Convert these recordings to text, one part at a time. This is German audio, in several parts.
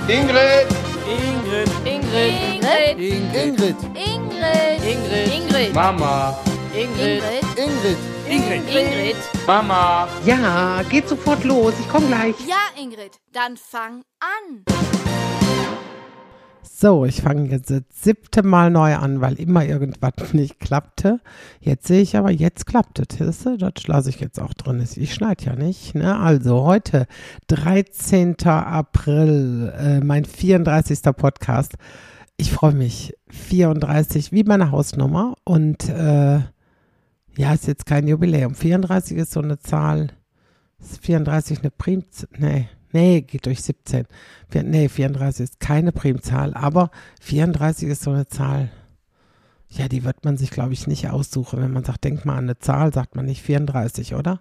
Ingrid. Ingrid. Ingrid. Ingrid. Ingrid. Ingrid. Mama. Ingrid. Ingrid. Ingrid. Mama. Ja, geht sofort los. Ich komme gleich. Ja, Ingrid, dann fang an. So, ich fange jetzt das 7. Mal neu an, weil immer irgendwas nicht klappte. Jetzt sehe ich aber, jetzt klappt es. Das lasse ich jetzt auch drin. Ich schneide ja nicht. Ne? Also heute, 13. April, mein 34. Podcast. Ich freue mich. 34, wie meine Hausnummer. Und ja, ist jetzt kein Jubiläum. 34 ist so eine Zahl. Ist 34 eine Primzahl? Nee, geht durch 17. 34 ist keine Primzahl, aber 34 ist so eine Zahl, ja, die wird man sich, glaube ich, nicht aussuchen. Wenn man sagt, denk mal an eine Zahl, sagt man nicht 34, oder?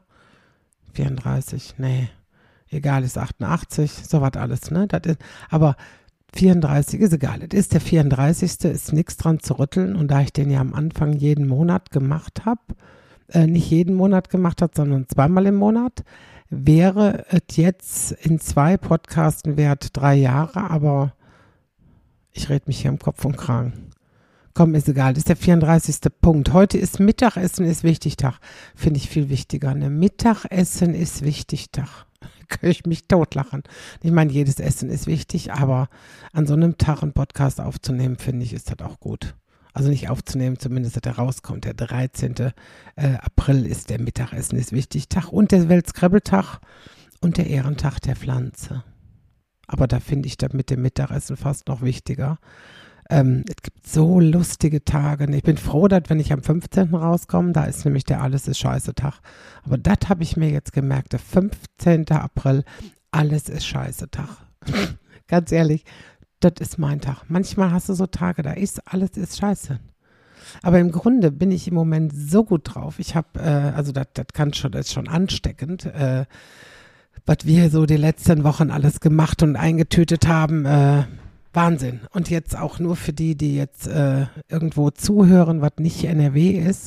34, nee, egal, ist 88, sowas alles, ne? Das ist, aber 34 ist egal, es ist der 34. ist nichts dran zu rütteln und da ich den ja am Anfang jeden Monat gemacht habe, nicht jeden Monat gemacht habe, sondern zweimal im Monat, wäre es jetzt in 2 Podcasten wert 3 Jahre, aber ich rede mich hier im Kopf und Kragen. Komm, ist egal, das ist der 34. Punkt. Heute ist Mittagessen ist wichtig Tag. Finde ich viel wichtiger. Ne? Mittagessen ist wichtig Tag. Kann ich mich totlachen. Ich meine, jedes Essen ist wichtig, aber an so einem Tag einen Podcast aufzunehmen, finde ich, ist das auch gut. Also nicht aufzunehmen, zumindest, dass er rauskommt. Der 13. April ist der Mittagessen ist wichtig Tag und der Weltskrabbeltag und der Ehrentag der Pflanze. Aber da finde ich das mit dem Mittagessen fast noch wichtiger. Es gibt so lustige Tage. Ich bin froh, dass wenn ich am 15. rauskomme, da ist nämlich der Alles ist Scheiße Tag. Aber das habe ich mir jetzt gemerkt, der 15. April, Alles ist Scheiße Tag. Ganz ehrlich. Das ist mein Tag. Manchmal hast du so Tage, da ist alles ist scheiße. Aber im Grunde bin ich im Moment so gut drauf. Ich habe, also das ist schon ansteckend, was wir so die letzten Wochen alles gemacht und eingetütet haben. Wahnsinn. Und jetzt auch nur für die jetzt irgendwo zuhören, was nicht NRW ist.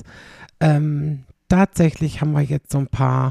Tatsächlich haben wir jetzt so ein paar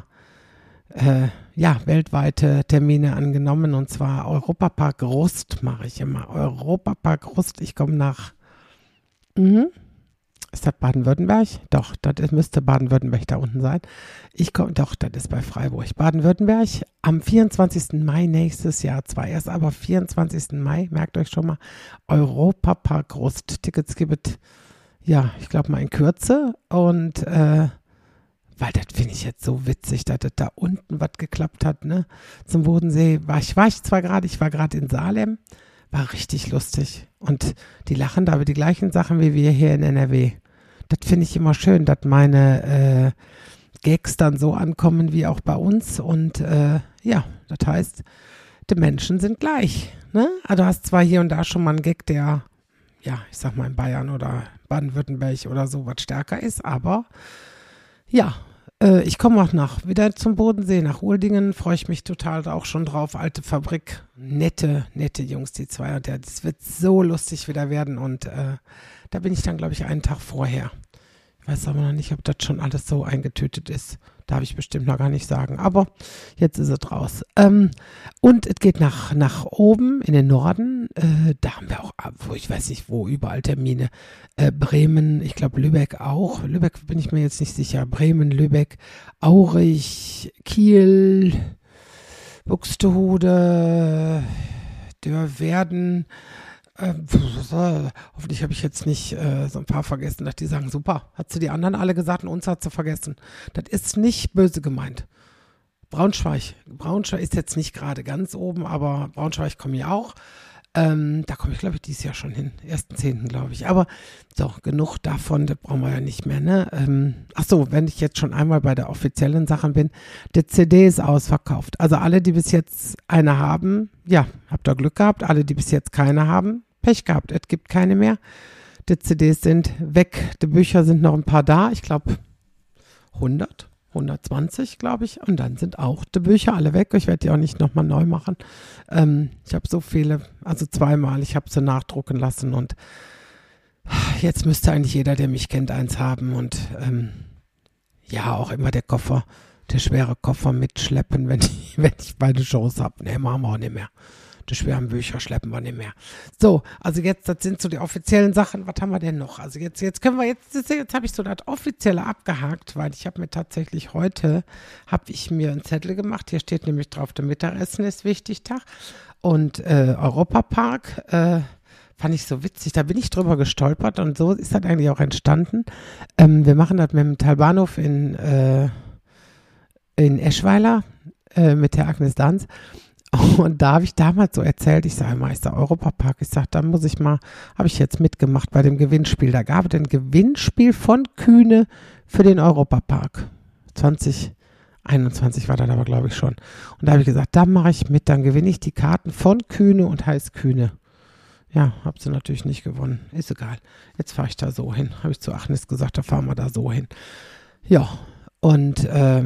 weltweite Termine angenommen und zwar Europapark Rust mache ich immer. Europapark Rust, ich komme nach, ist das Baden-Württemberg? Doch, das müsste Baden-Württemberg da unten sein. Das ist bei Freiburg. Baden-Württemberg am 24. Mai nächstes Jahr, zwar erst, aber 24. Mai, merkt euch schon mal, Europapark Rust. Tickets gibt es, ja, ich glaube mal in Kürze und weil das finde ich jetzt so witzig, dass das da unten was geklappt hat, ne? Zum Bodensee ich war gerade in Salem, war richtig lustig. Und die lachen da über die gleichen Sachen wie wir hier in NRW. Das finde ich immer schön, dass meine Gags dann so ankommen wie auch bei uns. Und das heißt, die Menschen sind gleich, ne? Also du hast zwar hier und da schon mal einen Gag, der, ja, ich sag mal in Bayern oder Baden-Württemberg oder so was stärker ist, aber ja, ich komme auch wieder zum Bodensee, nach Uldingen, freue ich mich total auch schon drauf. Alte Fabrik, nette Jungs, die zwei. Und das wird so lustig wieder werden und da bin ich dann, glaube ich, einen Tag vorher. Ich weiß aber noch nicht, ob das schon alles so eingetütet ist. Darf ich bestimmt noch gar nicht sagen. Aber jetzt ist es raus. Und es geht nach oben in den Norden. Da haben wir auch, ich weiß nicht wo, überall Termine. Bremen, ich glaube Lübeck auch. Lübeck bin ich mir jetzt nicht sicher. Bremen, Lübeck, Aurich, Kiel, Buxtehude, Dörverden. Hoffentlich habe ich jetzt nicht so ein paar vergessen, dass die sagen, super, hat sie die anderen alle gesagt und uns hat sie vergessen. Das ist nicht böse gemeint. Braunschweig ist jetzt nicht gerade ganz oben, aber Braunschweig komme ich auch. Da komme ich, glaube ich, dieses Jahr schon hin. 1.10., glaube ich. Aber so, genug davon, das brauchen wir ja nicht mehr, ne? Wenn ich jetzt schon einmal bei der offiziellen Sache bin, die CD ist ausverkauft. Also alle, die bis jetzt eine haben, ja, habt ihr Glück gehabt. Alle, die bis jetzt keine haben, Pech gehabt. Es gibt keine mehr. Die CDs sind weg. Die Bücher sind noch ein paar da. Ich glaube 120, glaube ich. Und dann sind auch die Bücher alle weg. Ich werde die auch nicht nochmal neu machen. Ich habe so viele, also zweimal, ich habe sie nachdrucken lassen und jetzt müsste eigentlich jeder, der mich kennt, eins haben und auch immer der schwere Koffer mitschleppen, wenn ich beide Shows habe. Nee, machen wir auch nicht mehr. Die schweren Bücher schleppen wir nicht mehr. So, also jetzt, das sind so die offiziellen Sachen. Was haben wir denn noch? Also jetzt habe ich so das Offizielle abgehakt, weil ich habe mir tatsächlich heute, habe ich mir einen Zettel gemacht. Hier steht nämlich drauf, der Mittagessen ist wichtig, Tag. Und Europapark, fand ich so witzig, da bin ich drüber gestolpert und so ist das eigentlich auch entstanden. Wir machen das mit dem Talbahnhof in Eschweiler mit der Agnes Danz und da habe ich damals so erzählt, ich sage immer, ist der Europapark, ich sage, da habe ich jetzt mitgemacht bei dem Gewinnspiel, da gab es ein Gewinnspiel von Kühne für den Europapark, 2021 war das aber glaube ich schon und da habe ich gesagt, da mache ich mit, dann gewinne ich die Karten von Kühne und heißt Kühne. Ja, habe sie natürlich nicht gewonnen. Ist egal. Jetzt fahre ich da so hin. Habe ich zu Agnes gesagt, da fahren wir da so hin. Ja, und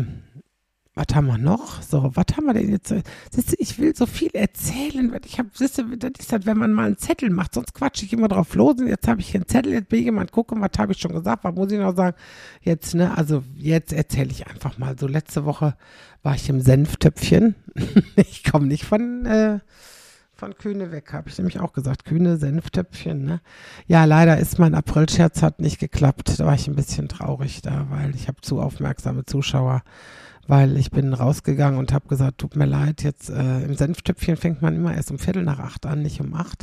was haben wir noch? So, was haben wir denn jetzt? Siehst du, ich will so viel erzählen. Das ist halt, wenn man mal einen Zettel macht, sonst quatsche ich immer drauf los. Und jetzt habe ich hier einen Zettel, jetzt will jemand gucken, was habe ich schon gesagt, was muss ich noch sagen? Jetzt, ne, also jetzt erzähle ich einfach mal. So, letzte Woche war ich im Senftöpfchen. Ich komme nicht von Kühne weg, habe ich nämlich auch gesagt. Kühne, Senftöpfchen, ne? Ja, leider ist mein Aprilscherz hat nicht geklappt. Da war ich ein bisschen traurig da, weil ich habe zu aufmerksame Zuschauer, weil ich bin rausgegangen und habe gesagt, tut mir leid, jetzt im Senftöpfchen fängt man immer erst um 7:45 an, nicht um 8.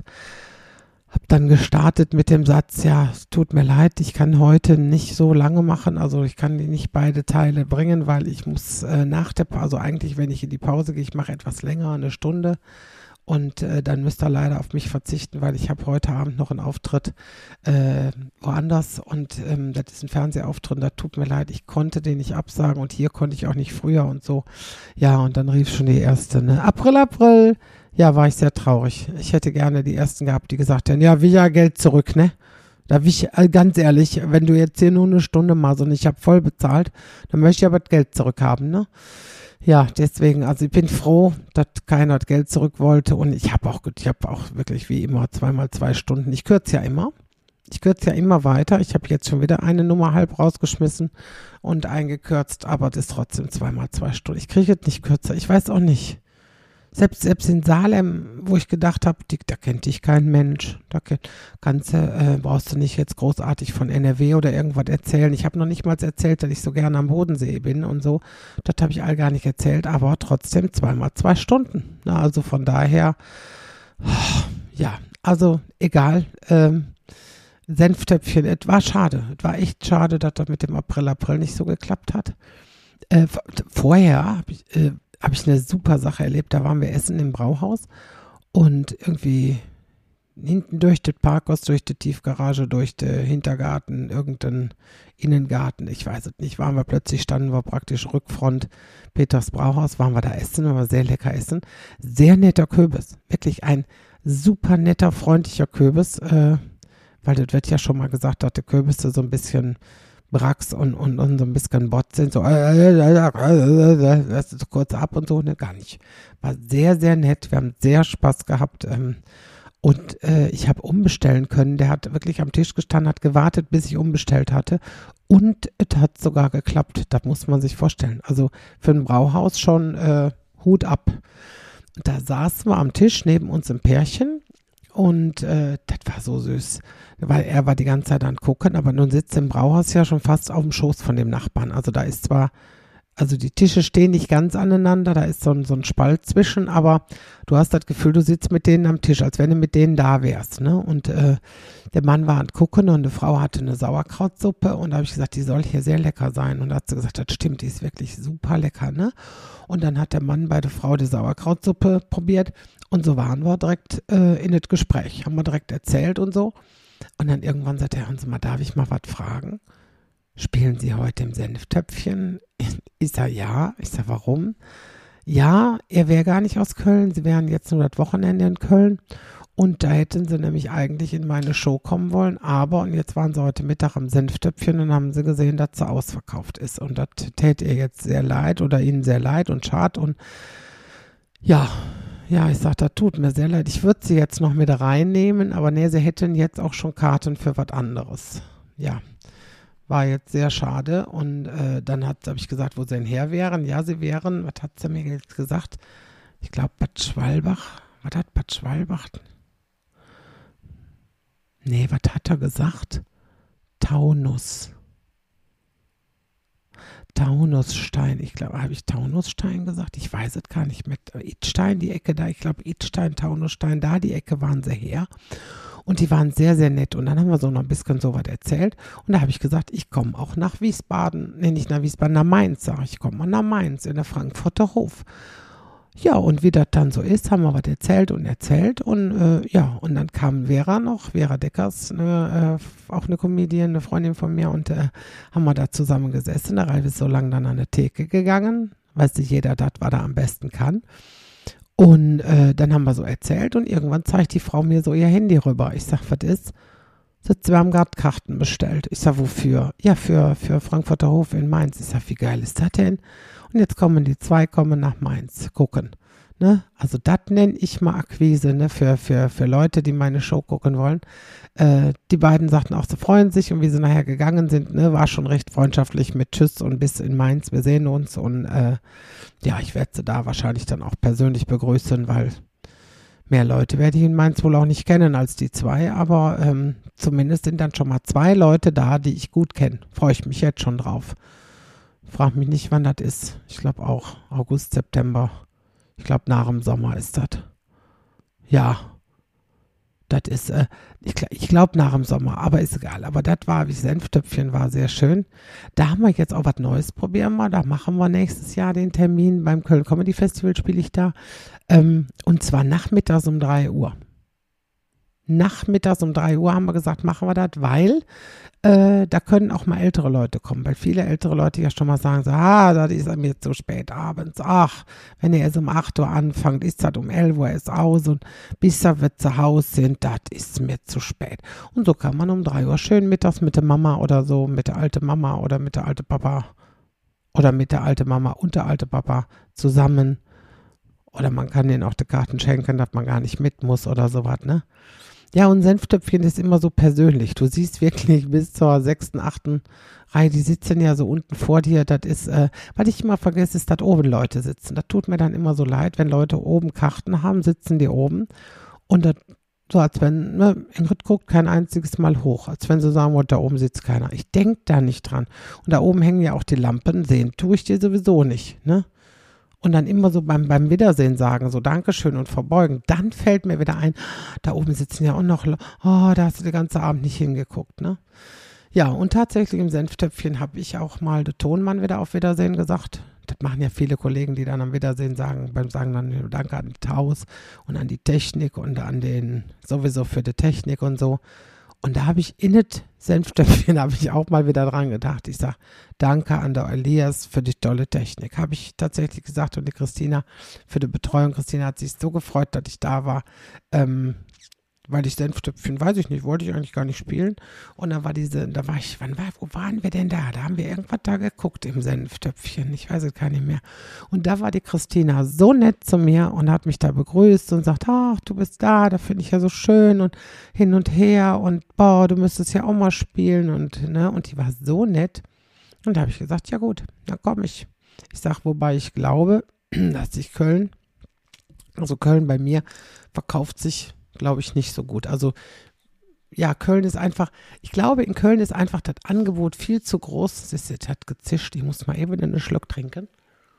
Hab dann gestartet mit dem Satz, ja, es tut mir leid, ich kann heute nicht so lange machen, also ich kann nicht beide Teile bringen, weil ich muss nach der Pause, also eigentlich, wenn ich in die Pause gehe, ich mache etwas länger, eine Stunde. Und dann müsst ihr leider auf mich verzichten, weil ich habe heute Abend noch einen Auftritt woanders und das ist ein Fernsehauftritt, das tut mir leid, ich konnte den nicht absagen und hier konnte ich auch nicht früher und so. Ja, und dann rief schon die erste, ne? April. Ja, war ich sehr traurig. Ich hätte gerne die ersten gehabt, die gesagt hätten, ja, will ja Geld zurück, ne? Da will ich, ganz ehrlich, wenn du jetzt hier nur eine Stunde machst und ich habe voll bezahlt, dann möchte ich aber das Geld zurückhaben, ne? Ja, deswegen, also ich bin froh, dass keiner das Geld zurück wollte und ich habe auch wirklich wie immer 2x2 Stunden. Ich kürze ja immer weiter. Ich habe jetzt schon wieder eine Nummer halb rausgeschmissen und eingekürzt, aber das ist trotzdem 2x2 Stunden. Ich kriege es nicht kürzer, ich weiß auch nicht. Selbst in Salem, wo ich gedacht habe, da kennt dich kein Mensch. Da brauchst du nicht jetzt großartig von NRW oder irgendwas erzählen. Ich habe noch nicht mal erzählt, dass ich so gerne am Bodensee bin und so. Das habe ich all gar nicht erzählt, aber trotzdem 2x2 Stunden. Na, also von daher, ja, also egal. Senftöpfchen, es war schade. Es war echt schade, dass das mit dem April nicht so geklappt hat. Vorher habe ich eine super Sache erlebt. Da waren wir essen im Brauhaus und irgendwie hinten durch das Parkhaus, durch die Tiefgarage, durch den Hintergarten, irgendeinen Innengarten, ich weiß es nicht, standen wir praktisch Rückfront Peters Brauhaus, waren wir da essen, waren wir sehr lecker essen. Sehr netter Kürbis, wirklich ein super netter, freundlicher Kürbis, weil das wird ja schon mal gesagt, dass die Kürbisse so ein bisschen Brax und so ein bisschen Bot sind, so das ist kurz ab und so, ne, gar nicht. War sehr, sehr nett, wir haben sehr Spaß gehabt und ich habe umbestellen können, der hat wirklich am Tisch gestanden, hat gewartet, bis ich umbestellt hatte und es hat sogar geklappt, das muss man sich vorstellen. Also für ein Brauhaus schon Hut ab. Da saßen wir am Tisch, neben uns ein Pärchen. Und das war so süß, weil er war die ganze Zeit an Gucken, aber nun sitzt im Brauhaus ja schon fast auf dem Schoß von dem Nachbarn. Also da ist zwar, also die Tische stehen nicht ganz aneinander, da ist so ein Spalt zwischen, aber du hast das Gefühl, du sitzt mit denen am Tisch, als wenn du mit denen da wärst, ne? Und der Mann war an Gucken und die Frau hatte eine Sauerkrautsuppe und da habe ich gesagt, die soll hier sehr lecker sein. Und da hat sie gesagt, das stimmt, die ist wirklich super lecker, ne? Und dann hat der Mann bei der Frau die Sauerkrautsuppe probiert. Und so waren wir direkt in das Gespräch, haben wir direkt erzählt und so. Und dann irgendwann sagt er, Hans, mal, darf ich mal was fragen? Spielen Sie heute im Senftöpfchen? Ich sage, ja. Ich sage, warum? Ja, er wäre gar nicht aus Köln. Sie wären jetzt nur das Wochenende in Köln. Und da hätten sie nämlich eigentlich in meine Show kommen wollen. Aber, und jetzt waren sie heute Mittag am Senftöpfchen und haben sie gesehen, dass sie ausverkauft ist. Und das täte ihr jetzt sehr leid oder ihnen sehr leid und schade. Und ja, ich sage, das tut mir sehr leid. Ich würde sie jetzt noch mit reinnehmen, aber nee, sie hätten jetzt auch schon Karten für was anderes. Ja, war jetzt sehr schade. Und dann habe ich gesagt, wo sie denn her wären. Ja, sie wären, was hat sie mir jetzt gesagt? Ich glaube, Bad Schwalbach Was hat Bad Schwalbach? Nee, was hat er gesagt? Taunusstein. Ich glaube, habe ich Taunusstein gesagt? Ich weiß es gar nicht. Mit Idstein, die Ecke da. Ich glaube, Idstein, Taunusstein, da die Ecke waren sie her. Und die waren sehr, sehr nett. Und dann haben wir so noch ein bisschen so was erzählt. Und da habe ich gesagt, ich komme auch nach Wiesbaden. Nee, nicht nach Wiesbaden, nach Mainz, sage ich. Ich komme mal nach Mainz in der Frankfurter Hof. Ja, und wie das dann so ist, haben wir was erzählt. Und ja, und dann kam Vera Deckers, auch eine Comedian, eine Freundin von mir, und haben wir da zusammen gesessen. Der Ralf ist so lange dann an der Theke gegangen, weiß nicht jeder das, was er am besten kann. Und dann haben wir so erzählt und irgendwann zeigt die Frau mir so ihr Handy rüber. Ich sag, was ist? Wir haben gerade Karten bestellt. Ich sag, wofür? Ja, für Frankfurter Hof in Mainz. Ich sag, wie geil ist das denn? Und jetzt kommen die 2 nach Mainz gucken. Ne? Also das nenne ich mal Akquise, ne? Für Leute, die meine Show gucken wollen. Die beiden sagten auch, sie freuen sich, und wie sie nachher gegangen sind, ne, war schon recht freundschaftlich mit Tschüss und bis in Mainz, wir sehen uns. Und ja, ich werde sie da wahrscheinlich dann auch persönlich begrüßen, weil mehr Leute werde ich in Mainz wohl auch nicht kennen als die 2, aber zumindest sind dann schon mal 2 Leute da, die ich gut kenne. Freue ich mich jetzt schon drauf. Frag mich nicht, wann das ist. Ich glaube auch August, September. Ich glaube, nach dem Sommer ist das. Ja, das ist, ich glaube nach dem Sommer, aber ist egal. Aber das war, wie Senftöpfchen war sehr schön. Da haben wir jetzt auch was Neues, probieren wir. Da machen wir nächstes Jahr den Termin. Beim Köln Comedy Festival spiele ich da. Und zwar nachmittags um 3 Uhr. Nachmittags um 3 Uhr haben wir gesagt, machen wir das, weil da können auch mal ältere Leute kommen, weil viele ältere Leute ja schon mal sagen, so, das ist mir zu spät abends, ach, wenn ihr erst um 8 Uhr anfangt, ist das um 11 Uhr erst aus, und bis wir zu Hause sind, das ist mir zu spät. Und so kann man um 3 Uhr schön mittags mit der Mama oder so, mit der alten Mama oder mit der alten Papa oder mit der alten Mama und der alte Papa zusammen, oder man kann denen auch die Karten schenken, dass man gar nicht mit muss oder sowas, ne? Ja, und Senftöpfchen ist immer so persönlich. Du siehst wirklich bis zur 6., 8. Reihe, die sitzen ja so unten vor dir. Das ist, was ich immer vergesse, ist, dass oben Leute sitzen. Das tut mir dann immer so leid, wenn Leute oben Karten haben, sitzen die oben. Und das, so als wenn, ne, Ingrid guckt kein einziges Mal hoch, als wenn sie sagen, da oben sitzt keiner. Ich denke da nicht dran. Und da oben hängen ja auch die Lampen, sehen tue ich dir sowieso nicht, ne? Und dann immer so beim Wiedersehen sagen, so Dankeschön und verbeugen. Dann fällt mir wieder ein, da oben sitzen ja auch noch, da hast du den ganzen Abend nicht hingeguckt, ne? Ja, und tatsächlich im Senftöpfchen habe ich auch mal der Tonmann wieder auf Wiedersehen gesagt. Das machen ja viele Kollegen, die dann am Wiedersehen sagen dann Danke an das Haus und an die Technik und an den, sowieso für die Technik und so. Und da habe ich in das Senftöpfchen auch mal wieder dran gedacht. Ich sage, danke an der Elias für die tolle Technik. Habe ich tatsächlich gesagt, und die Christina für die Betreuung. Christina hat sich so gefreut, dass ich da war, weil ich Senftöpfchen, weiß ich nicht, wollte ich eigentlich gar nicht spielen. Und da war wo waren wir denn da? Da haben wir irgendwas da geguckt im Senftöpfchen. Ich weiß es gar nicht mehr. Und da war die Christina so nett zu mir und hat mich da begrüßt und sagt, ach, du bist da finde ich ja so schön und hin und her und boah, du müsstest ja auch mal spielen und die war so nett. Und da habe ich gesagt, ja gut, dann komme ich. Ich sage, wobei ich glaube, dass sich Köln bei mir verkauft sich, glaube ich, nicht so gut. Also ja, Köln ist einfach, ich glaube, in Köln ist einfach das Angebot viel zu groß. Das hat gezischt, ich muss mal eben einen Schluck trinken.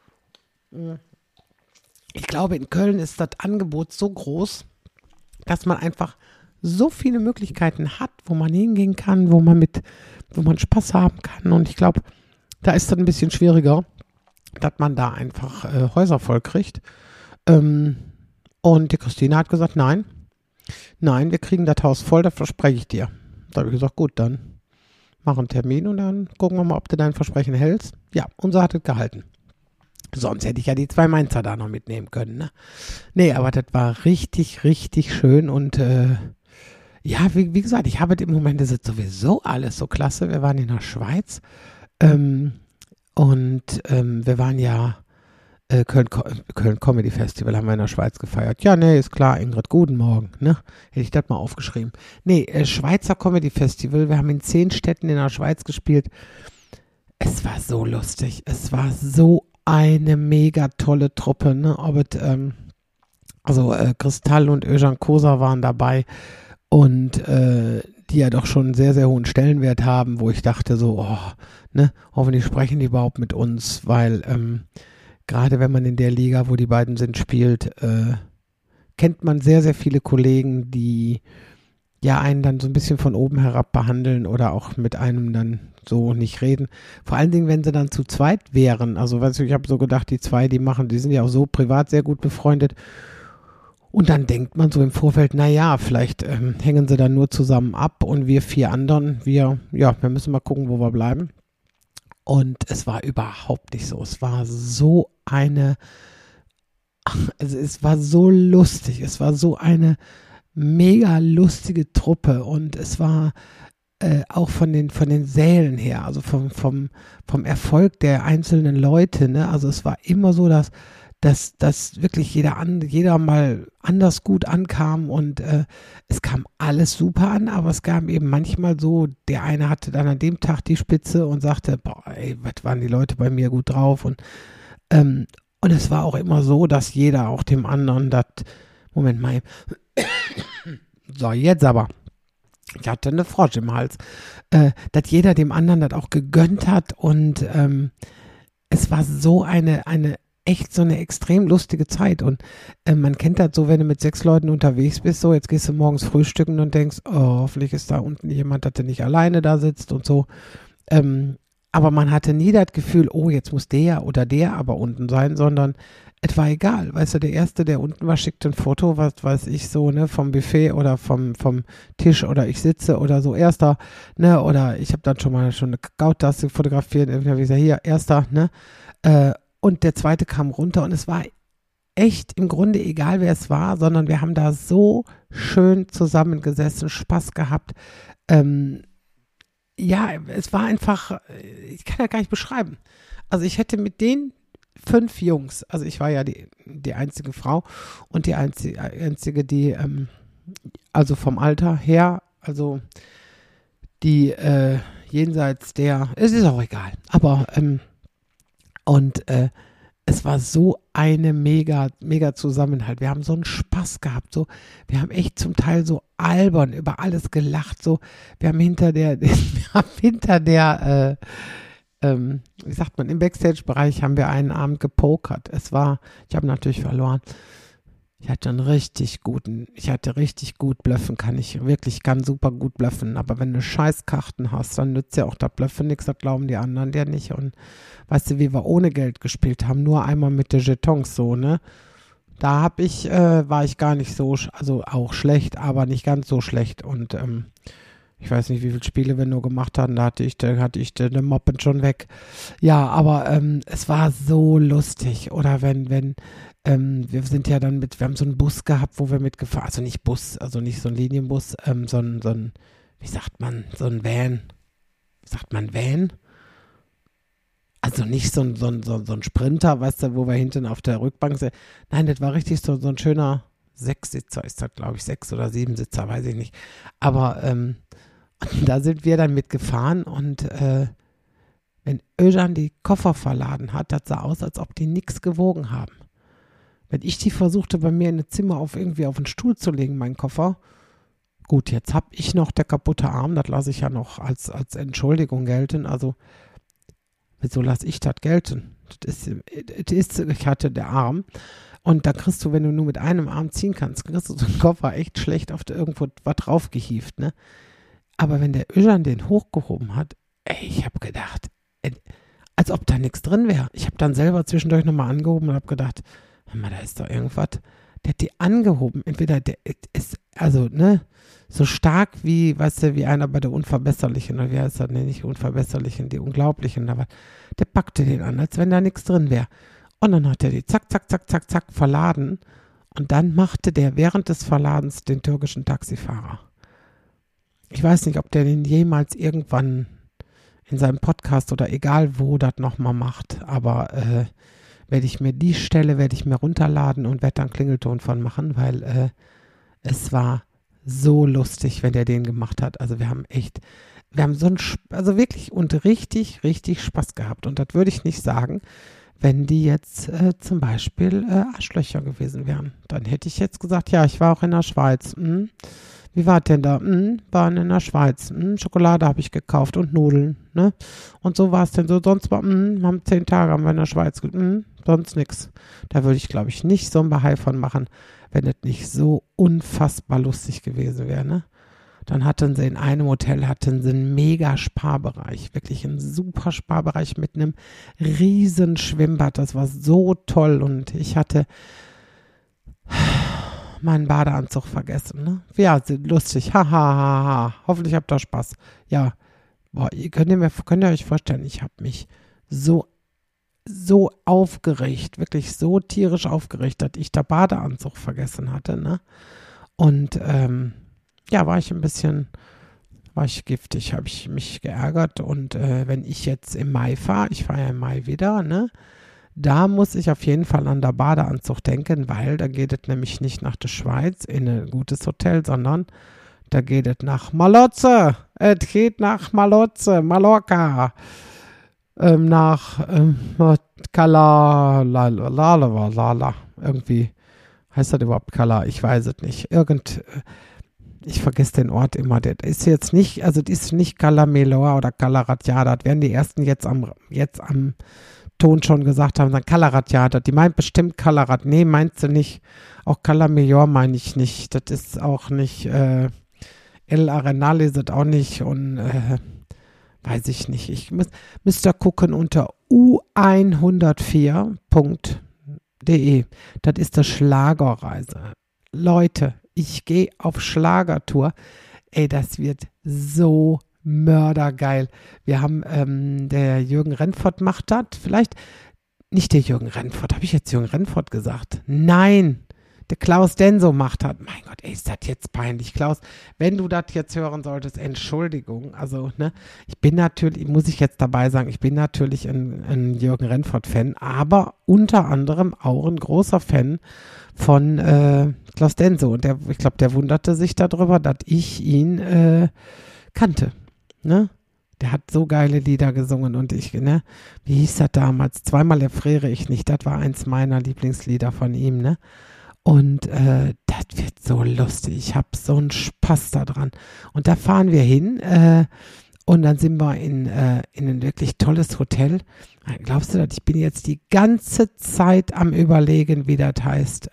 Ich glaube, in Köln ist das Angebot so groß, dass man einfach so viele Möglichkeiten hat, wo man hingehen kann, wo man Spaß haben kann. Und ich glaube, da ist das ein bisschen schwieriger, dass man da einfach Häuser voll kriegt. Und die Christine hat gesagt, nein, wir kriegen das Haus voll, das verspreche ich dir. Da habe ich gesagt, gut, dann mach einen Termin und dann gucken wir mal, ob du dein Versprechen hältst. Ja, und so hat es gehalten. Sonst hätte ich ja die 2 Mainzer da noch mitnehmen können, ne? Nee, aber das war richtig, richtig schön und ja, wie gesagt, ich habe im Moment, das ist sowieso alles so klasse. Wir waren in der Schweiz wir waren ja Köln Comedy Festival haben wir in der Schweiz gefeiert. Ja, nee, ist klar, Ingrid, guten Morgen, ne? Hätte ich das mal aufgeschrieben. Nee, Schweizer Comedy Festival, wir haben in 10 Städten in der Schweiz gespielt. Es war so lustig, es war so eine mega tolle Truppe, ne? Also Kristall und Özcan Kosa waren dabei und die ja doch schon einen sehr, sehr hohen Stellenwert haben, wo ich dachte so, hoffentlich sprechen die überhaupt mit uns, weil gerade wenn man in der Liga, wo die beiden sind, spielt, kennt man sehr, sehr viele Kollegen, die ja einen dann so ein bisschen von oben herab behandeln oder auch mit einem dann so nicht reden. Vor allen Dingen, wenn sie dann zu zweit wären. Also weißt du, ich habe so gedacht, die sind ja auch so privat sehr gut befreundet. Und dann denkt man so im Vorfeld, naja, vielleicht hängen sie dann nur zusammen ab und wir 4 anderen, wir müssen mal gucken, wo wir bleiben. Und es war überhaupt nicht so. Es war es war so lustig. Es war so eine mega lustige Truppe und es war auch von den Sälen her, also vom Erfolg der einzelnen Leute, ne? Also es war immer so, dass wirklich jeder mal anders gut ankam und es kam alles super an, aber es gab eben manchmal so, der eine hatte dann an dem Tag die Spitze und sagte, boah, ey, was waren die Leute bei mir gut drauf und es war auch immer so, dass jeder auch dem anderen Moment mal, so, jetzt aber. Ich hatte eine Frosch im Hals. Dass jeder dem anderen das auch gegönnt hat und es war so echt so eine extrem lustige Zeit und man kennt das so, wenn du mit 6 Leuten unterwegs bist, so jetzt gehst du morgens frühstücken und denkst, oh, hoffentlich ist da unten jemand, dass der nicht alleine da sitzt und so. Aber man hatte nie das Gefühl, oh, jetzt muss der oder der aber unten sein, sondern es war egal. Weißt du, der Erste, der unten war, schickte ein Foto, was weiß ich so, ne, vom Buffet oder vom Tisch oder ich sitze oder so, Erster, ne, oder ich habe dann schon eine Kakaotasse fotografiert, irgendwie habe ich gesagt, hier, Erster, ne, und der Zweite kam runter und es war echt im Grunde egal, wer es war, sondern wir haben da so schön zusammengesessen, Spaß gehabt, ja, es war einfach, ich kann ja gar nicht beschreiben. Also ich hätte mit den 5 Jungs, also ich war ja die einzige Frau und die einzige, die, also vom Alter her, also die jenseits der, es ist auch egal, aber es war so eine mega Zusammenhalt. Wir haben so einen Spaß gehabt, so, wir haben echt zum Teil so albern über alles gelacht, so, wir haben hinter der, wie sagt man, im Backstage-Bereich haben wir einen Abend gepokert. Ich habe natürlich verloren. Ich hatte richtig gut bluffen, kann super gut bluffen, aber wenn du Scheißkarten hast, dann nützt ja auch das Bluffen nichts, das glauben die anderen dir nicht und weißt du, wie wir ohne Geld gespielt haben, nur einmal mit den Jetons so, ne, da war ich gar nicht so, also auch schlecht, aber nicht ganz so schlecht und ich weiß nicht, wie viele Spiele wir nur gemacht hatten, da hatte ich den Moppen schon weg. Ja, aber es war so lustig. Oder wenn wir sind ja dann wir haben so einen Bus gehabt, wo wir mitgefahren, also nicht Bus, also nicht so ein Linienbus, so ein, wie sagt man, so ein Van. Wie sagt man Van? Also nicht so ein Sprinter, weißt du, wo wir hinten auf der Rückbank sind. Nein, das war richtig so ein schöner 6-Sitzer, ist das, glaube ich, 6 oder 7-Sitzer, weiß ich nicht. Aber da sind wir dann mitgefahren und wenn Özcan die Koffer verladen hat, das sah aus, als ob die nichts gewogen haben. Wenn ich die versuchte, bei mir in ein Zimmer irgendwie auf den Stuhl zu legen, meinen Koffer, gut, jetzt habe ich noch der kaputte Arm, das lasse ich ja noch als Entschuldigung gelten, also wieso lasse ich das gelten? Ich hatte der Arm und da kriegst du, wenn du nur mit einem Arm ziehen kannst, kriegst du so einen Koffer echt schlecht auf irgendwo was draufgehievt, ne? Aber wenn der Özcan den hochgehoben hat, ich habe gedacht, als ob da nichts drin wäre. Ich habe dann selber zwischendurch nochmal angehoben und habe gedacht, hör mal, da ist doch irgendwas. Der hat die angehoben. Entweder der ist, also, ne, so stark wie, weißt du, wie einer bei der Unverbesserlichen, oder wie heißt das, ne, nicht Unverbesserlichen, die Unglaublichen, aber der packte den an, als wenn da nichts drin wäre. Und dann hat er die zack verladen und dann machte der während des Verladens den türkischen Taxifahrer. Ich weiß nicht, ob der den jemals irgendwann in seinem Podcast oder egal wo das nochmal macht, aber die Stelle werde ich mir runterladen und werde dann Klingelton von machen, weil es war so lustig, wenn der den gemacht hat. Also wir haben so also wirklich und richtig Spaß gehabt und das würde ich nicht sagen, wenn die jetzt zum Beispiel Arschlöcher gewesen wären. Dann hätte ich jetzt gesagt, ja, ich war auch in der Schweiz. Wie war denn da? Waren in der Schweiz. Schokolade habe ich gekauft und Nudeln. Ne? Und so war es denn so. Sonst war, haben 10 Tage haben wir in der Schweiz. Sonst nichts. Da würde ich, glaube ich, nicht so ein Bahai von machen, wenn es nicht so unfassbar lustig gewesen wäre. Ne? Dann hatten sie in einem Hotel einen mega Sparbereich, wirklich einen super Sparbereich mit einem riesen Schwimmbad. Das war so toll und ich hatte meinen Badeanzug vergessen. Ne? Ja, lustig. Ha, ha, ha, ha. Hoffentlich habt ihr Spaß. Ja, boah, könnt ihr euch vorstellen, ich habe mich so aufgeregt, wirklich so tierisch aufgeregt, dass ich der Badeanzug vergessen hatte. Ne? Und ja, war ich giftig, habe ich mich geärgert. Und wenn ich jetzt im Mai fahre, ich fahre ja im Mai wieder, ne? Da muss ich auf jeden Fall an der Badeanzug denken, weil da geht es nämlich nicht nach der Schweiz in ein gutes Hotel, sondern da geht es nach Malotze. Es geht nach Malotze, Mallorca. Nach Cala, irgendwie heißt das überhaupt Cala, ich weiß es nicht. Ich vergesse den Ort immer. Das ist jetzt nicht, also das ist nicht Cala Meloa oder Cala Ratjada. Das werden die ersten jetzt am Ton schon gesagt haben, dann Cala Ratjada. Die meint bestimmt Cala Rat. Nee, meinst du nicht. Auch Cala Meloa meine ich nicht. Das ist auch nicht, El Arenal ist es auch nicht und weiß ich nicht. Ich müsste gucken unter u104.de. Das ist das Schlagerreise. Leute, ich gehe auf Schlagertour. Ey, das wird so mördergeil. Wir haben, der Jürgen Renfort macht das. Vielleicht nicht der Jürgen Renfort. Habe ich jetzt Jürgen Renfort gesagt? Nein, der Klaus Denso macht das. Mein Gott, ey, ist das jetzt peinlich. Klaus, wenn du das jetzt hören solltest, Entschuldigung. Also, ne, ich bin natürlich, muss ich jetzt dabei sagen, ich bin natürlich ein Jürgen Renfort-Fan, aber unter anderem auch ein großer Fan von Klaus Denso. Und ich glaube, der wunderte sich darüber, dass ich ihn kannte. Ne? Der hat so geile Lieder gesungen und ne, wie hieß das damals? Zweimal erfriere ich nicht. Das war eins meiner Lieblingslieder von ihm, ne? Und das wird so lustig. Ich habe so einen Spaß da dran. Und da fahren wir hin und dann sind wir in ein wirklich tolles Hotel. Glaubst du das? Ich bin jetzt die ganze Zeit am Überlegen, wie das heißt.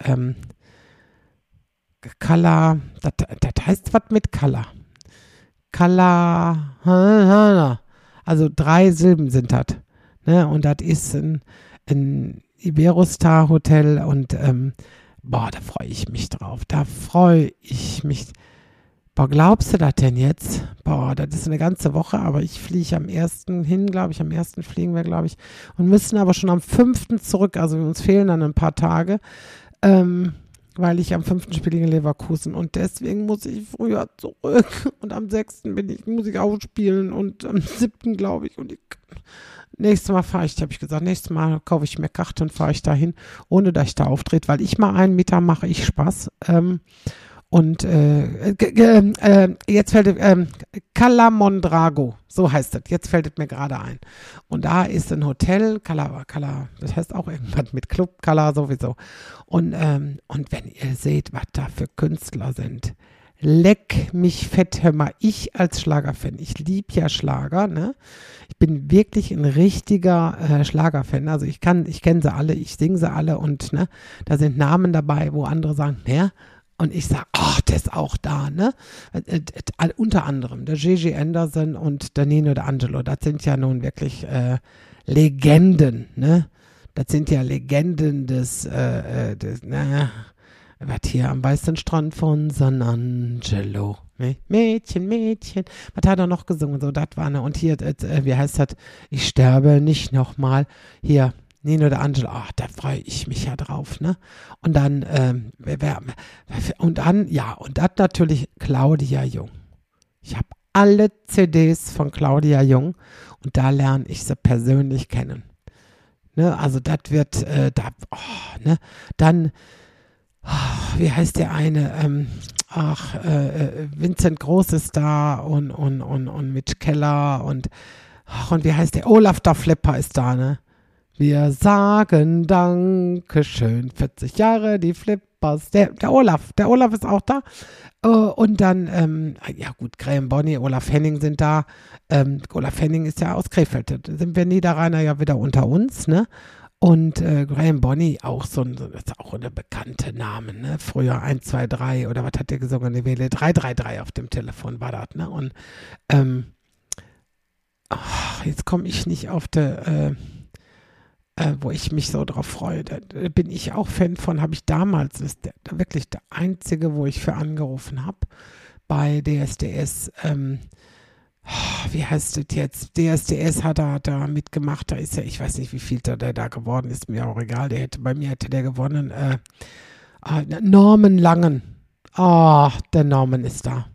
Kala, das heißt was mit Kala. Kala, also 3 Silben sind das. Ne? Und das ist ein Iberostar-Hotel und boah, da freue ich mich drauf. Da freue ich mich. Boah, glaubst du das denn jetzt? Boah, das ist eine ganze Woche, aber ich fliege am 1. hin, glaube ich. Am 1. fliegen wir, glaube ich. Und müssen aber schon am 5. zurück. Also uns fehlen dann ein paar Tage, weil ich am 5. spiele in Leverkusen. Und deswegen muss ich früher zurück. Und am 6. muss ich auch spielen. Und am 7. glaube ich. Und nächstes Mal fahre ich, habe ich gesagt, nächstes Mal kaufe ich mir Karte und fahre ich dahin, ohne dass ich da auftrete, weil ich mal einen Meter mache ich Spaß. Und jetzt fällt Cala Mondrago, so heißt es, jetzt fällt es mir gerade ein. Und da ist ein Hotel, Cala, das heißt auch irgendwas mit Club, Cala sowieso. Und wenn ihr seht, was da für Künstler sind, leck mich fett, hör mal, ich als Schlagerfan, ich liebe ja Schlager, ne? Ich bin wirklich ein richtiger Schlagerfan, also ich kenne sie alle, ich singe sie alle und ne, da sind Namen dabei, wo andere sagen, wer? Und ich sage, ach, der ist auch da, ne? Unter anderem der Gigi Anderson und der Nino D'Angelo, das sind ja nun wirklich Legenden, ne? Das sind ja Legenden des was hier am weißen Strand von San Angelo. Ne? Mädchen, was hat er noch gesungen? So, das war ne. Und hier, wie heißt das? Ich sterbe nicht nochmal. Hier, Nino D'Angelo. Ach, da freue ich mich ja drauf, ne? Und dann, und das natürlich Claudia Jung. Ich habe alle CDs von Claudia Jung und da lerne ich sie persönlich kennen. Ne? Also, das wird, ne? Dann, wie heißt der eine? Vincent Groß ist da und Mitch Keller und wie heißt der? Olaf der Flipper ist da, ne? Wir sagen Dankeschön, 40 Jahre, die Flippers. Der Olaf ist auch da. Und dann, ja gut, Graham Bonny, Olaf Henning sind da. Olaf Henning ist ja aus Krefeld. Da sind wir Niederrheiner ja wieder unter uns, ne? Und Graham Bonny, auch das ist auch eine bekannte Name, ne? Früher 1, 2, 3 oder was hat der gesungen? Die Wähle 333 auf dem Telefon war das, ne? Und jetzt komme ich nicht auf wo ich mich so drauf freue. Da bin ich auch Fan von, habe ich damals, das ist wirklich der einzige, wo ich für angerufen habe, bei DSDS, wie heißt das jetzt? DSDS hat er mitgemacht, da ist ja, ich weiß nicht, wie viel der da geworden ist, mir auch egal, bei mir hätte der gewonnen, Norman Langen. Der Norman ist da.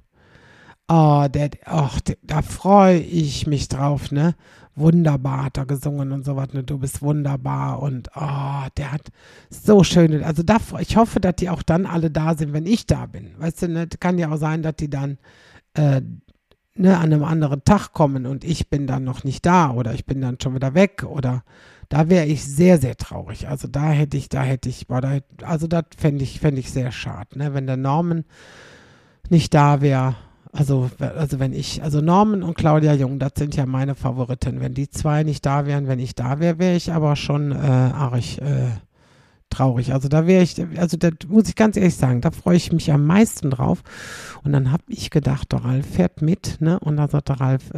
Da freue ich mich drauf, ne? Wunderbar hat er gesungen und so was, ne? Du bist wunderbar und der hat so schöne, also ich hoffe, dass die auch dann alle da sind, wenn ich da bin. Weißt du, ne? Kann ja auch sein, dass die dann an einem anderen Tag kommen und ich bin dann noch nicht da oder ich bin dann schon wieder weg oder da wäre ich sehr, sehr traurig. Also also das fände ich sehr schade, ne? Wenn der Norman nicht da wäre. Also Norman und Claudia Jung, das sind ja meine Favoriten. Wenn die zwei nicht da wären, wenn ich da wäre, wäre ich aber schon arg traurig. Also das muss ich ganz ehrlich sagen, da freue ich mich am meisten drauf. Und dann habe ich gedacht, der Ralf fährt mit, ne? Und dann sagt der Ralf,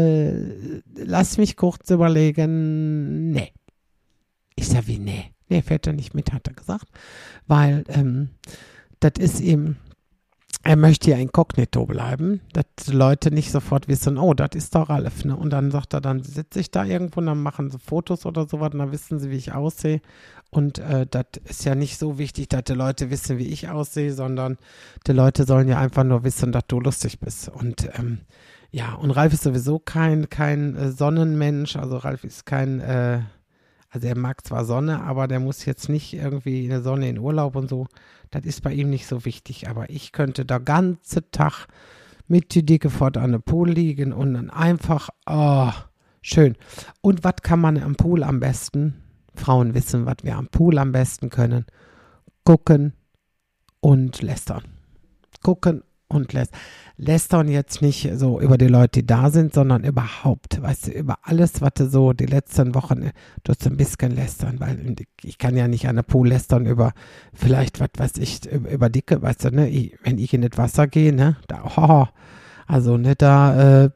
lass mich kurz überlegen, nee. Ich sage, wie, nee? Nee, fährt er nicht mit, hat er gesagt. Weil das ist ihm, er möchte ja inkognito bleiben, dass die Leute nicht sofort wissen, oh, das ist doch Ralf, ne? Und dann sagt er, dann sitze ich da irgendwo und dann machen sie Fotos oder sowas und dann wissen sie, wie ich aussehe. Und das ist ja nicht so wichtig, dass die Leute wissen, wie ich aussehe, sondern die Leute sollen ja einfach nur wissen, dass du lustig bist. Und ja, und Ralf ist sowieso kein Sonnenmensch, also Ralf ist also er mag zwar Sonne, aber der muss jetzt nicht irgendwie in der Sonne in Urlaub und so. Das ist bei ihm nicht so wichtig. Aber ich könnte da ganze Tag mit die Dicke fort an der Pool liegen und dann einfach, schön. Und was kann man am Pool am besten? Frauen wissen, was wir am Pool am besten können. Gucken und lästern. Gucken und lästern. Lästern jetzt nicht so über die Leute, die da sind, sondern überhaupt, weißt du, über alles, was du so die letzten Wochen, du hast ein bisschen lästern, weil ich kann ja nicht an der Pool lästern über vielleicht, was weiß ich, über Dicke, weißt du, ne, wenn ich in das Wasser gehe, ne, also, ne, das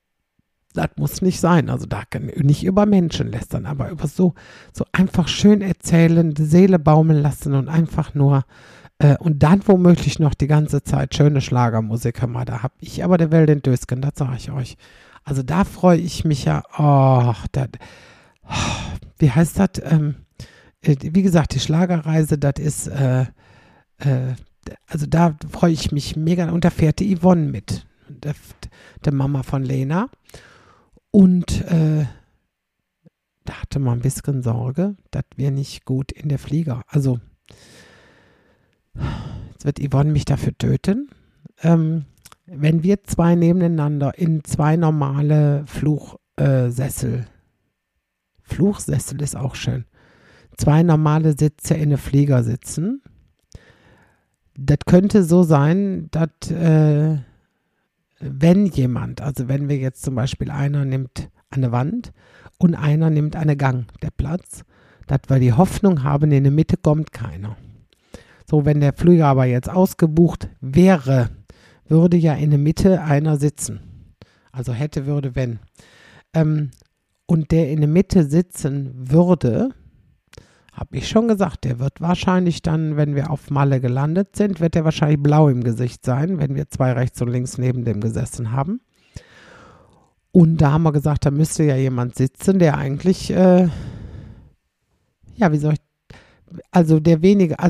muss nicht sein, also da kann ich nicht über Menschen lästern, aber über so einfach schön erzählen, die Seele baumeln lassen und einfach nur und dann womöglich noch die ganze Zeit schöne Schlagermusik haben. Da habe ich aber der Welt den Dösken, das sage ich euch. Also da freue ich mich ja, wie heißt das? Wie gesagt, die Schlagerreise, das ist, also da freue ich mich mega. Und da fährt die Yvonne mit, der Mama von Lena. Und da hatte man ein bisschen Sorge, dass wir nicht gut in der Flieger, also jetzt wird Yvonne mich dafür töten. Wenn wir zwei nebeneinander in zwei normale Fluchsessel ist auch schön, zwei normale Sitze in einem Flieger sitzen, das könnte so sein, dass wenn wir jetzt zum Beispiel einer nimmt eine Wand und einer nimmt eine Gang, der Platz, dass wir die Hoffnung haben, in der Mitte kommt keiner. So, wenn der Flieger aber jetzt ausgebucht wäre, würde ja in der Mitte einer sitzen. Also würde, wenn. Und der in der Mitte sitzen würde, habe ich schon gesagt, der wird wahrscheinlich dann, wenn wir auf Malle gelandet sind, wird der wahrscheinlich blau im Gesicht sein, wenn wir zwei rechts und links neben dem gesessen haben. Und da haben wir gesagt, da müsste ja jemand sitzen, der eigentlich, der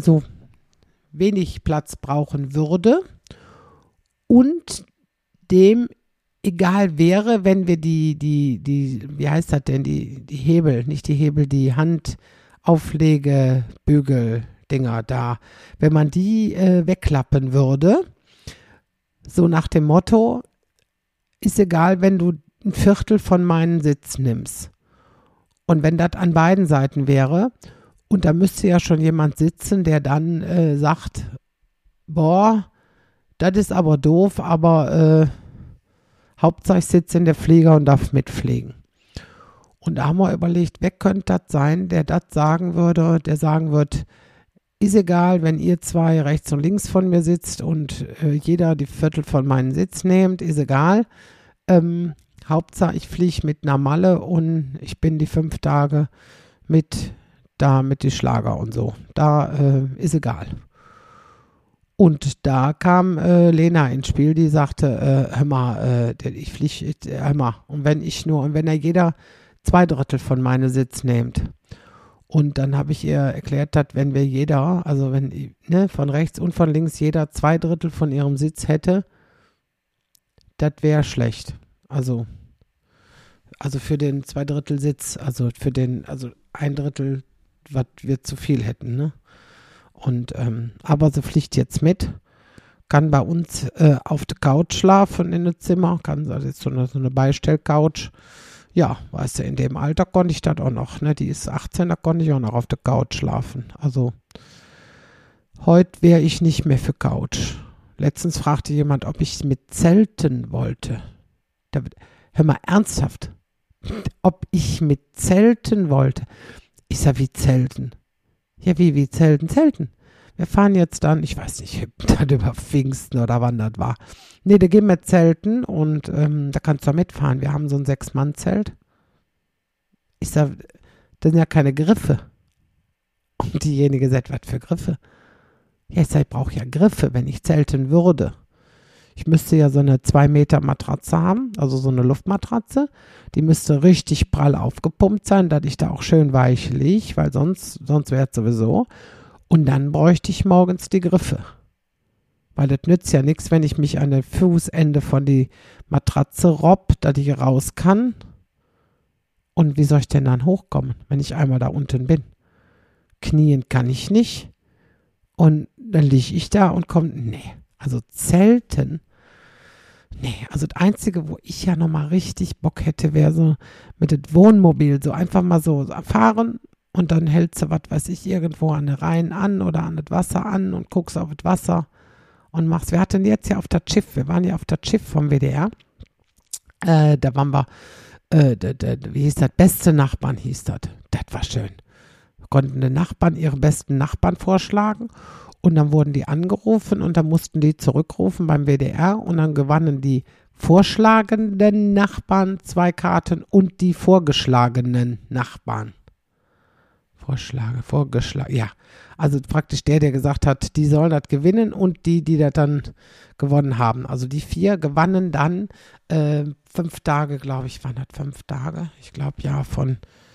wenig Platz brauchen würde und dem egal wäre, wenn wir wie heißt das denn, die Hebel, nicht die Hebel, die Handauflegebügel-Dinger da, wenn man die wegklappen würde, so nach dem Motto, ist egal, wenn du ein Viertel von meinen Sitz nimmst. Und wenn das an beiden Seiten wäre, und da müsste ja schon jemand sitzen, der dann sagt, boah, das ist aber doof, aber Hauptsache ich sitze in der Flieger und darf mitfliegen. Und da haben wir überlegt, wer könnte das sein, der das sagen würde, der sagen wird, ist egal, wenn ihr zwei rechts und links von mir sitzt und jeder die Viertel von meinem Sitz nehmt, ist egal. Hauptsache ich fliege mit einer Malle und ich bin die 5 Tage mit die Schlager und so. Da ist egal. Und da kam Lena ins Spiel, die sagte, hör mal, ich fliege, hör mal, und wenn ja jeder 2/3 von meinem Sitz nehmt. Und dann habe ich ihr erklärt, dass wenn wir jeder, also wenn von rechts und von links jeder 2/3 von ihrem Sitz hätte, das wäre schlecht. Also für den 2/3 Sitz, also 1/3, was wir zu viel hätten, ne? Und aber sie fliegt jetzt mit, kann bei uns auf der Couch schlafen in dem Zimmer, das ist so eine Beistellcouch. Ja, weißt du, in dem Alter konnte ich das auch noch, ne? Die ist 18, da konnte ich auch noch auf der Couch schlafen. Also heute wäre ich nicht mehr für Couch. Letztens fragte jemand, ob ich mit Zelten wollte. Hör mal, ernsthaft, ob ich mit Zelten wollte. Ich sag, wie Zelten? Ja, wie Zelten? Zelten. Wir fahren jetzt dann, ich weiß nicht, dann über Pfingsten oder wann das war. Nee, da gehen wir zelten und da kannst du mitfahren. Wir haben so ein 6-Mann-Zelt. Ich sag, das sind ja keine Griffe. Und diejenige sagt, was für Griffe? Ja, ich sag, ich brauche ja Griffe, wenn ich zelten würde. Ich müsste ja so eine 2 Meter Matratze haben, also so eine Luftmatratze. Die müsste richtig prall aufgepumpt sein, dass ich da auch schön weich liege, weil sonst wäre es sowieso. Und dann bräuchte ich morgens die Griffe. Weil das nützt ja nichts, wenn ich mich an den Fußende von die Matratze robb, dass ich raus kann. Und wie soll ich denn dann hochkommen, wenn ich einmal da unten bin? Knien kann ich nicht. Und dann liege ich da und komme, nee, also Zelten. Nee, also das Einzige, wo ich ja nochmal richtig Bock hätte, wäre so mit dem Wohnmobil, so einfach mal so fahren und dann hältst du, was weiß ich, irgendwo an den Rhein an oder an das Wasser an und guckst auf das Wasser und machst. Wir hatten jetzt ja auf das Schiff, wir waren ja auf das Schiff vom WDR, da waren wir, wie hieß das, beste Nachbarn hieß das. Das war schön. Konnten die Nachbarn ihre besten Nachbarn vorschlagen und dann wurden die angerufen und dann mussten die zurückrufen beim WDR und dann gewannen die vorschlagenden Nachbarn 2 Karten und die vorgeschlagenen Nachbarn. Vorgeschlagen, ja. Also praktisch der gesagt hat, die sollen das gewinnen und die das dann gewonnen haben. Also die 4 gewannen dann 5 Tage, glaube ich, waren das 5 Tage? Ich glaube, ja, von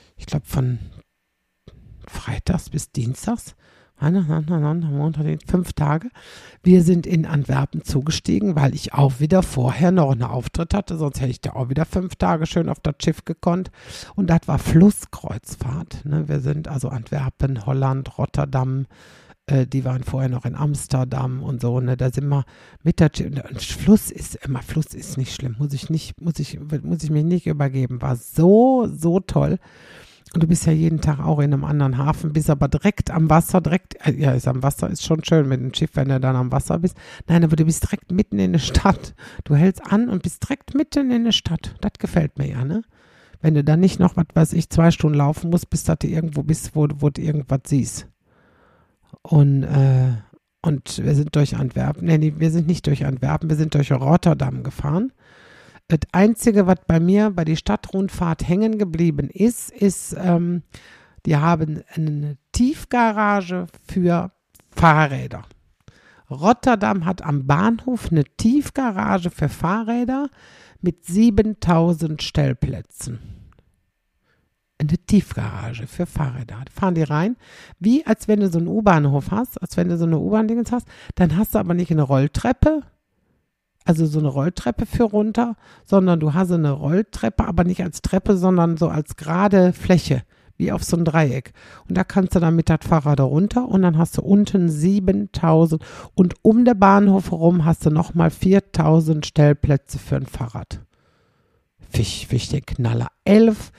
Freitags bis Dienstags. Montag, 5 Tage. Wir sind in Antwerpen zugestiegen, weil ich auch wieder vorher noch einen Auftritt hatte, sonst hätte ich da auch wieder 5 Tage schön auf das Schiff gekonnt. Und das war Flusskreuzfahrt. Ne? Wir sind also Antwerpen, Holland, Rotterdam, die waren vorher noch in Amsterdam und so. Ne? Da sind wir mit der Fluss ist nicht schlimm, muss ich mich nicht übergeben. War so, so toll. Und du bist ja jeden Tag auch in einem anderen Hafen, bist aber direkt am Wasser, am Wasser ist schon schön mit dem Schiff, wenn du dann am Wasser bist. Nein, aber du bist direkt mitten in der Stadt. Du hältst an und bist direkt mitten in der Stadt. Das gefällt mir ja, ne? Wenn du dann nicht noch, was weiß ich, 2 Stunden laufen musst, bis du irgendwo bist, wo du irgendwas siehst. Und wir sind durch Antwerpen, wir sind nicht durch Antwerpen, wir sind durch Rotterdam gefahren. Das Einzige, was bei mir bei der Stadtrundfahrt hängen geblieben ist, die haben eine Tiefgarage für Fahrräder. Rotterdam hat am Bahnhof eine Tiefgarage für Fahrräder mit 7000 Stellplätzen. Eine Tiefgarage für Fahrräder. Da fahren die rein, wie als wenn du so einen U-Bahnhof hast, als wenn du so eine U-Bahn-Dingens hast, dann hast du aber nicht eine Rolltreppe, also so eine Rolltreppe für runter, sondern du hast eine Rolltreppe, aber nicht als Treppe, sondern so als gerade Fläche, wie auf so ein Dreieck. Und da kannst du dann mit das Fahrrad runter und dann hast du unten 7000 und um den Bahnhof herum hast du nochmal 4000 Stellplätze für ein Fahrrad. Fisch, den Knaller. 11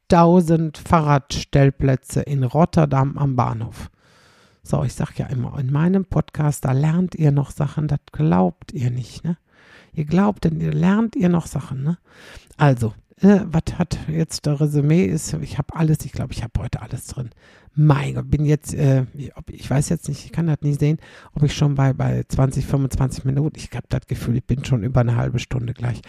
5000 Fahrradstellplätze in Rotterdam am Bahnhof. So, ich sage ja immer, in meinem Podcast, da lernt ihr noch Sachen, das glaubt ihr nicht, ne? Ihr glaubt, denn ihr lernt ihr noch Sachen, ne? Also, was hat jetzt der Resümee ist, ich habe alles, ich glaube, ich habe heute alles drin. Mein Gott, bin jetzt, ich weiß jetzt nicht, ich kann das nicht sehen, ob ich schon bei 20, 25 Minuten, ich habe das Gefühl, ich bin schon über eine halbe Stunde gleich.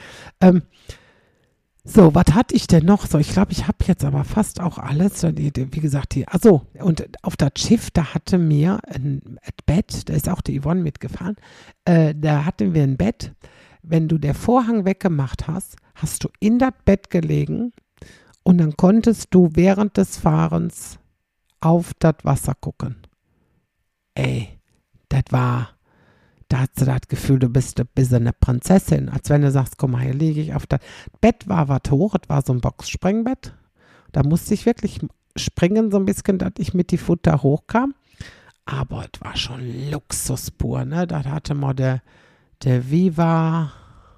So, was hatte ich denn noch? So, ich glaube, ich habe jetzt aber fast auch alles. Wie gesagt, und auf das Schiff, da hatte mir ein Bett, da ist auch die Yvonne mitgefahren, da hatten wir ein Bett. Wenn du den Vorhang weggemacht hast, hast du in das Bett gelegen und dann konntest du während des Fahrens auf das Wasser gucken. Ey, da hast du das Gefühl, du bist ein bisschen eine Prinzessin, als wenn du sagst, guck mal, hier liege ich auf das Bett, war was hoch, es war so ein Boxspringbett. Da musste ich wirklich springen, so ein bisschen, dass ich mit die Futter hochkam. Aber es war schon Luxus pur, ne? Da hatte man der Viva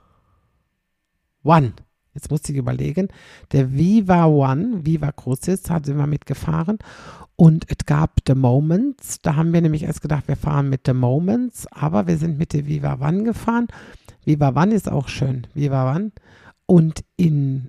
One. Jetzt musste ich überlegen. Der Viva One, Viva Crucis, da sind wir mitgefahren. Und es gab The Moments. Da haben wir nämlich erst gedacht, wir fahren mit The Moments. Aber wir sind mit der Viva One gefahren. Viva One ist auch schön. Viva One. Und in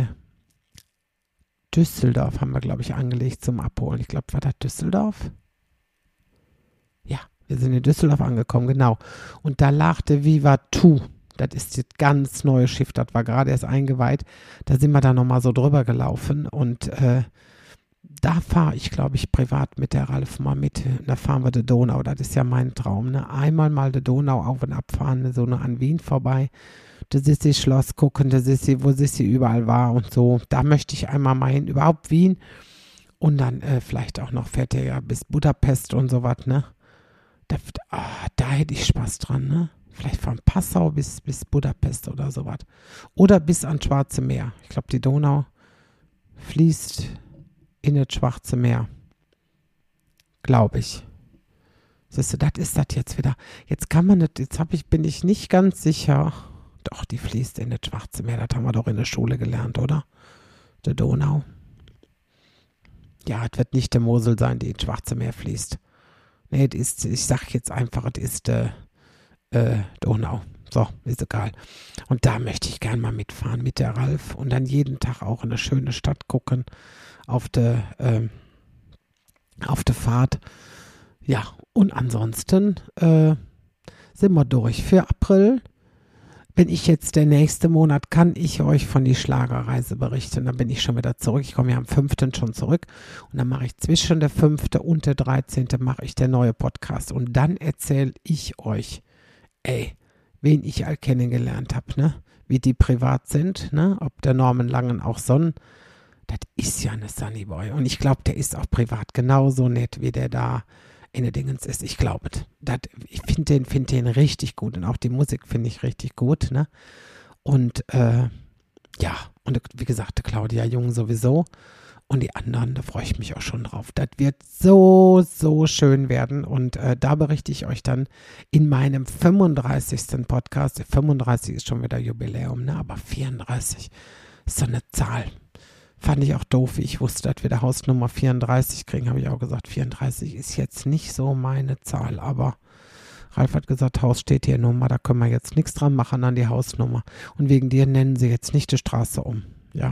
Düsseldorf haben wir, glaube ich, angelegt zum Abholen. Ich glaube, war das Düsseldorf? Ja, wir sind in Düsseldorf angekommen, genau. Und da lag der Viva 2. Das ist das ganz neue Schiff, das war gerade erst eingeweiht. Da sind wir dann nochmal so drüber gelaufen und da fahre ich, glaube ich, privat mit der Ralf mal mit. Da fahren wir die Donau, das ist ja mein Traum. Ne? Einmal mal die Donau auf und abfahren, so an Wien vorbei. Das Sissi-Schloss gucken, wo Sissi überall war und so. Da möchte ich einmal mal hin, überhaupt Wien. Und dann vielleicht auch noch fährt er ja bis Budapest und sowas, ne? Da hätte ich Spaß dran, ne? Vielleicht von Passau bis Budapest oder sowas. Oder bis ans Schwarze Meer. Ich glaube, die Donau fließt in das Schwarze Meer. Glaube ich. Siehst du, das ist das jetzt wieder. Jetzt kann man das, bin ich nicht ganz sicher. Doch, die fließt in das Schwarze Meer. Das haben wir doch in der Schule gelernt, oder? Die Donau. Ja, es wird nicht der Mosel sein, die ins Schwarze Meer fließt. Nee, ich sage jetzt einfach, es ist Donau. So, ist egal. Und da möchte ich gern mal mitfahren mit der Ralf und dann jeden Tag auch in eine schöne Stadt gucken auf der Fahrt. Ja, und ansonsten sind wir durch. Für April bin ich jetzt der nächste Monat, kann ich euch von die Schlagerreise berichten. Dann bin ich schon wieder zurück. Ich komme ja am 5. schon zurück. Und dann mache ich zwischen der 5. und der 13. mache ich der neue Podcast. Und dann erzähle ich euch, wen ich all kennengelernt habe, ne? Wie die privat sind, ne? Ob der Norman Langen auch das ist ja eine Sunnyboy. Und ich glaube, der ist auch privat genauso nett, wie der da in der Dingens ist. Ich glaube, ich finde den richtig gut und auch die Musik finde ich richtig gut, ne? Und ja, und wie gesagt, Claudia Jung sowieso und die anderen, da freue ich mich auch schon drauf. Das wird so, so schön werden und da berichte ich euch dann in meinem 35. Podcast. 35 ist schon wieder Jubiläum, ne? Aber 34 ist so eine Zahl. Fand ich auch doof, wie ich wusste, dass wir der Hausnummer 34 kriegen, habe ich auch gesagt, 34 ist jetzt nicht so meine Zahl, aber Ralf hat gesagt, Haus steht hier Nummer, da können wir jetzt nichts dran machen an die Hausnummer. Und wegen dir nennen sie jetzt nicht die Straße um. Ja.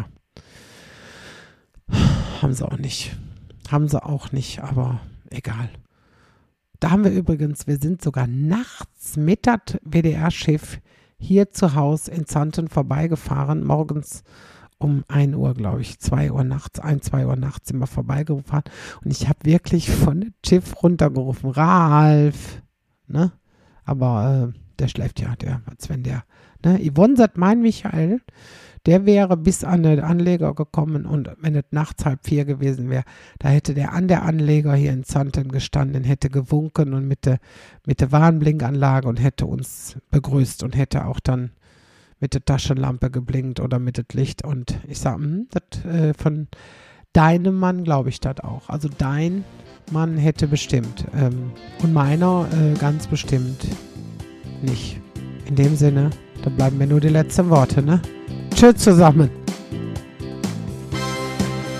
Haben sie auch nicht, aber egal. Da haben wir übrigens, wir sind sogar nachts mit das WDR-Schiff hier zu Hause in Zanten vorbeigefahren, morgens um 1 Uhr, glaube ich, 2 Uhr nachts, 2 Uhr nachts sind wir vorbeigefahren und ich habe wirklich von dem Schiff runtergerufen, Ralf, ne? Aber der schläft ja, als wenn der, ne? Yvonne sagt, mein Michael, der wäre bis an den Anleger gekommen und wenn es nachts 3:30 gewesen wäre, da hätte der an der Anleger hier in Zanten gestanden, hätte gewunken und mit der Warnblinkanlage und hätte uns begrüßt und hätte auch dann mit der Taschenlampe geblinkt oder mit dem Licht und ich sage, von deinem Mann glaube ich das auch. Also dein Mann hätte bestimmt und meiner ganz bestimmt nicht. In dem Sinne, da bleiben mir nur die letzten Worte, ne? Tschüss zusammen.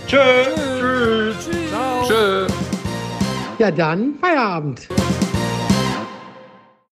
Tschö. Tschüss. Ciao. Tschö. Ja, dann Feierabend.